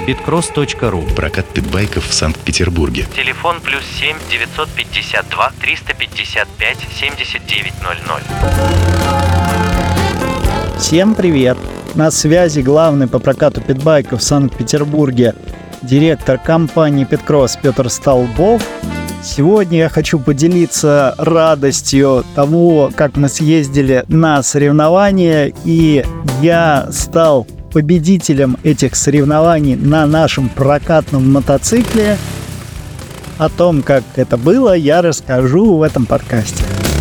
pitcross.ru. Прокат питбайков в Санкт-Петербурге. Телефон +7 952 355 7900. Всем привет! На связи главный по прокату питбайков в Санкт-Петербурге директор компании Питкросс Петр Столбов. Сегодня я хочу поделиться радостью того, как мы съездили на соревнования, и я стал победителем этих соревнований на нашем прокатном мотоцикле. О том, как это было, я расскажу в этом подкасте.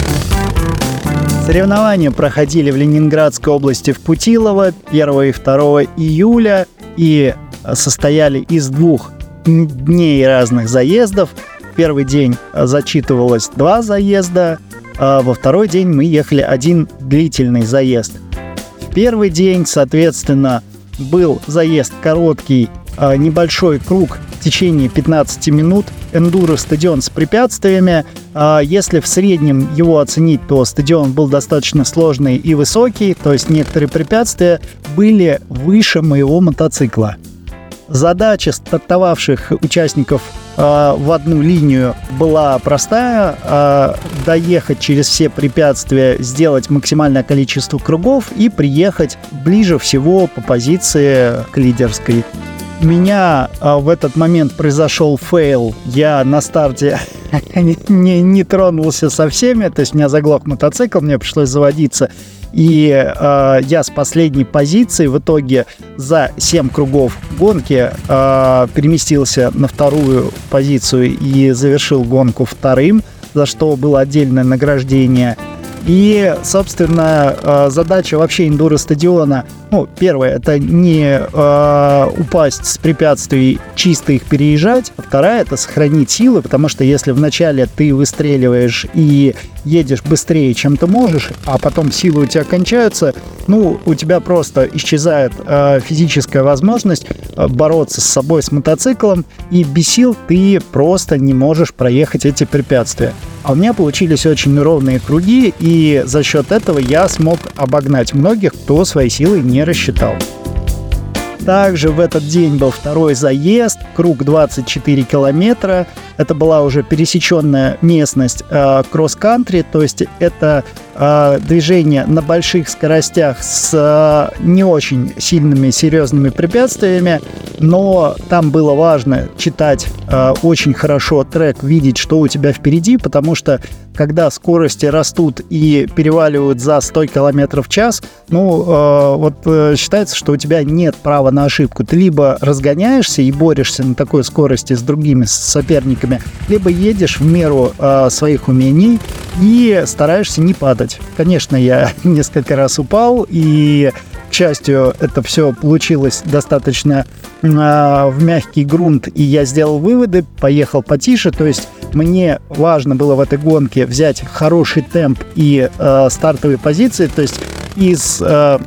Соревнования проходили в Ленинградской области в Путилово 1 и 2 июля и состояли из 2 дней разных заездов. В первый день зачитывалось 2 заезда, а во второй день мы ехали 1 длительный заезд. В первый день, соответственно, был заезд короткий, небольшой круг в течение 15 минут, эндуро-стадион с препятствиями. Если в среднем его оценить, то стадион был достаточно сложный и высокий, то есть некоторые препятствия были выше моего мотоцикла. Задача стартовавших участников в одну линию была простая: доехать через все препятствия, сделать максимальное количество кругов и приехать ближе всего по позиции к лидерской. У меня в этот момент произошел фейл. Я на старте не тронулся со всеми, то есть у меня заглох мотоцикл, мне пришлось заводиться. И я с последней позиции в итоге за 7 кругов гонки переместился на 2-ю позицию и завершил гонку 2-м, за что было отдельное награждение. И, собственно, задача вообще эндуро-стадиона, первое, это не упасть с препятствий, чисто их переезжать. Вторая, это сохранить силы, потому что если вначале ты выстреливаешь и едешь быстрее, чем ты можешь, а потом силы у тебя кончаются, у тебя просто исчезает физическая возможность бороться с собой, с мотоциклом, и без сил ты просто не можешь проехать эти препятствия. А у меня получились очень ровные круги, и за счет этого я смог обогнать многих, кто свои силы не рассчитал. Также в этот день был 2-й заезд, круг 24 километра. Это была уже пересеченная местность кросс-кантри, то есть это движение на больших скоростях с не очень сильными, серьезными препятствиями, но там было важно читать очень хорошо трек, видеть, что у тебя впереди, потому что когда скорости растут и переваливают за 100 км в час, считается, что у тебя нет права на ошибку. Ты либо разгоняешься и борешься на такой скорости с другими соперниками, либо едешь в меру своих умений и стараешься не падать. Конечно, я несколько раз упал, и, к счастью, это все получилось достаточно в мягкий грунт, и я сделал выводы, поехал потише. То есть мне важно было в этой гонке взять хороший темп и стартовые позиции. То есть из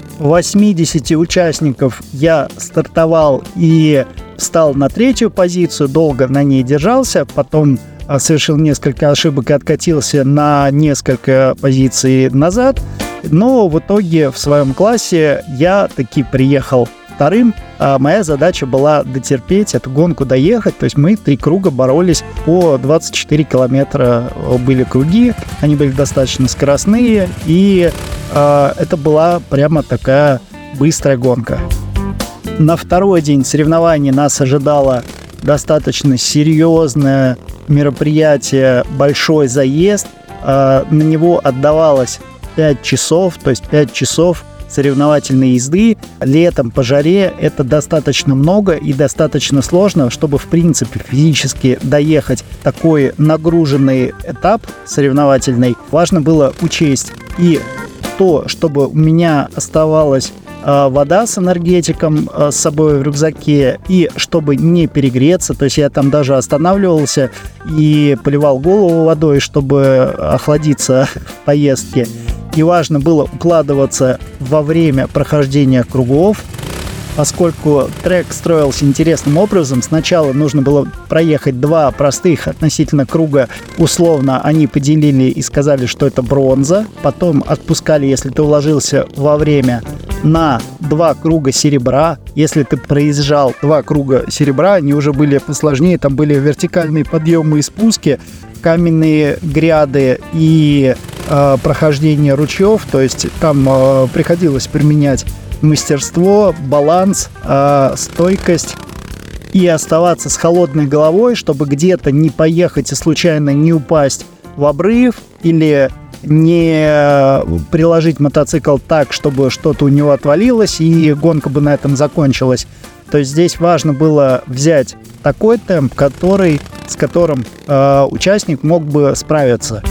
80 участников я стартовал и встал на 3-ю позицию, долго на ней держался, потом совершил несколько ошибок и откатился на несколько позиций назад. Но в итоге в своем классе я таки приехал 2-м. Моя задача была дотерпеть эту гонку, доехать. То есть мы 3 круга боролись по 24 километра. Были круги, они были достаточно скоростные, и это была прямо такая быстрая гонка. На 2-й день соревнований нас ожидало достаточно серьезное мероприятие, большой заезд. На него отдавалось 5 часов, то есть 5 часов соревновательной езды. Летом по жаре это достаточно много и достаточно сложно, чтобы в принципе физически доехать такой нагруженный этап соревновательный. Важно было учесть и то, чтобы у меня оставалась вода с энергетиком с собой в рюкзаке, и чтобы не перегреться, то есть я там даже останавливался и поливал голову водой, чтобы охладиться в поездке. И важно было укладываться во время прохождения кругов. поскольку трек строился интересным образом. Сначала нужно было проехать 2 простых относительно круга. Условно они поделили и сказали, что это бронза. Потом отпускали, если ты уложился во время, на 2 круга серебра. Если ты проезжал 2 круга серебра, они уже были посложнее. Там были вертикальные подъемы и спуски, каменные гряды и прохождение ручьев. То есть там приходилось применять мастерство, баланс, стойкость и оставаться с холодной головой, чтобы где-то не поехать и случайно не упасть в обрыв или не приложить мотоцикл так, чтобы что-то у него отвалилось и гонка бы на этом закончилась. То есть здесь важно было взять такой темп, с которым участник мог бы справиться.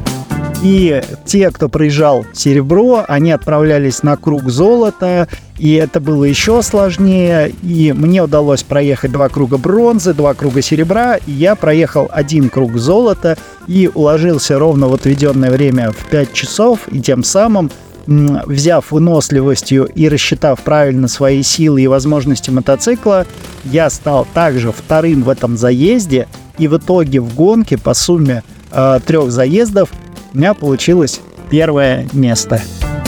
И те, кто проезжал серебро, они отправлялись на круг золота, и это было еще сложнее. И мне удалось проехать 2 круга бронзы, 2 круга серебра, и я проехал 1 круг золота и уложился ровно в отведенное время в 5 часов, и тем самым, взяв выносливостью и рассчитав правильно свои силы и возможности мотоцикла, я стал также 2-м в этом заезде, и в итоге в гонке по сумме 3 заездов у меня получилось 1 место.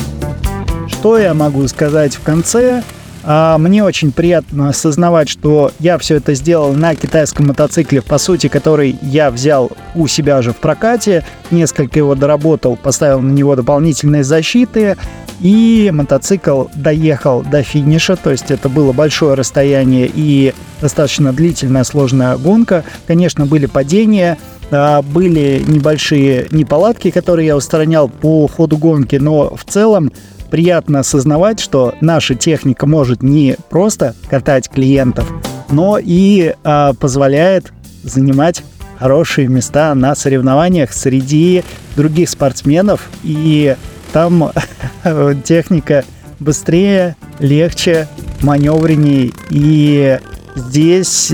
Что я могу сказать в конце? Мне очень приятно осознавать, что я все это сделал на китайском мотоцикле, по сути, который я взял у себя же в прокате, несколько его доработал, поставил на него дополнительные защиты, и мотоцикл доехал до финиша, то есть это было большое расстояние и достаточно длительная, сложная гонка. Конечно, были падения, были небольшие неполадки, которые я устранял по ходу гонки, но в целом приятно осознавать, что наша техника может не просто катать клиентов, но и позволяет занимать хорошие места на соревнованиях среди других спортсменов. И там техника быстрее, легче, маневреннее. И здесь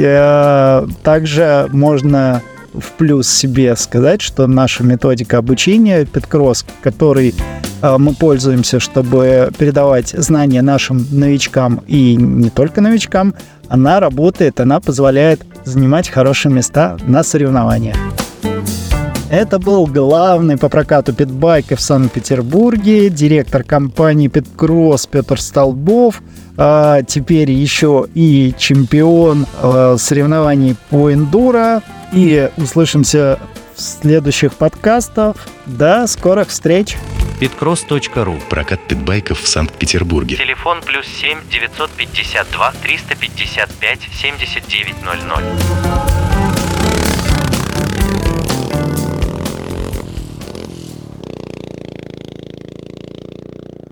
также можно в плюс себе сказать, что наша методика обучения Питкросс, которой мы пользуемся, чтобы передавать знания нашим новичкам и не только новичкам, она работает, она позволяет занимать хорошие места на соревнованиях. Это был главный по прокату питбайков в Санкт-Петербурге, директор компании Питкросс Петр Столбов, теперь еще и чемпион соревнований по эндуро. И услышимся в следующих подкастах. До скорых встреч! Pitcross.ru. Прокат питбайков в Санкт-Петербурге. Телефон +7 952 355 7900.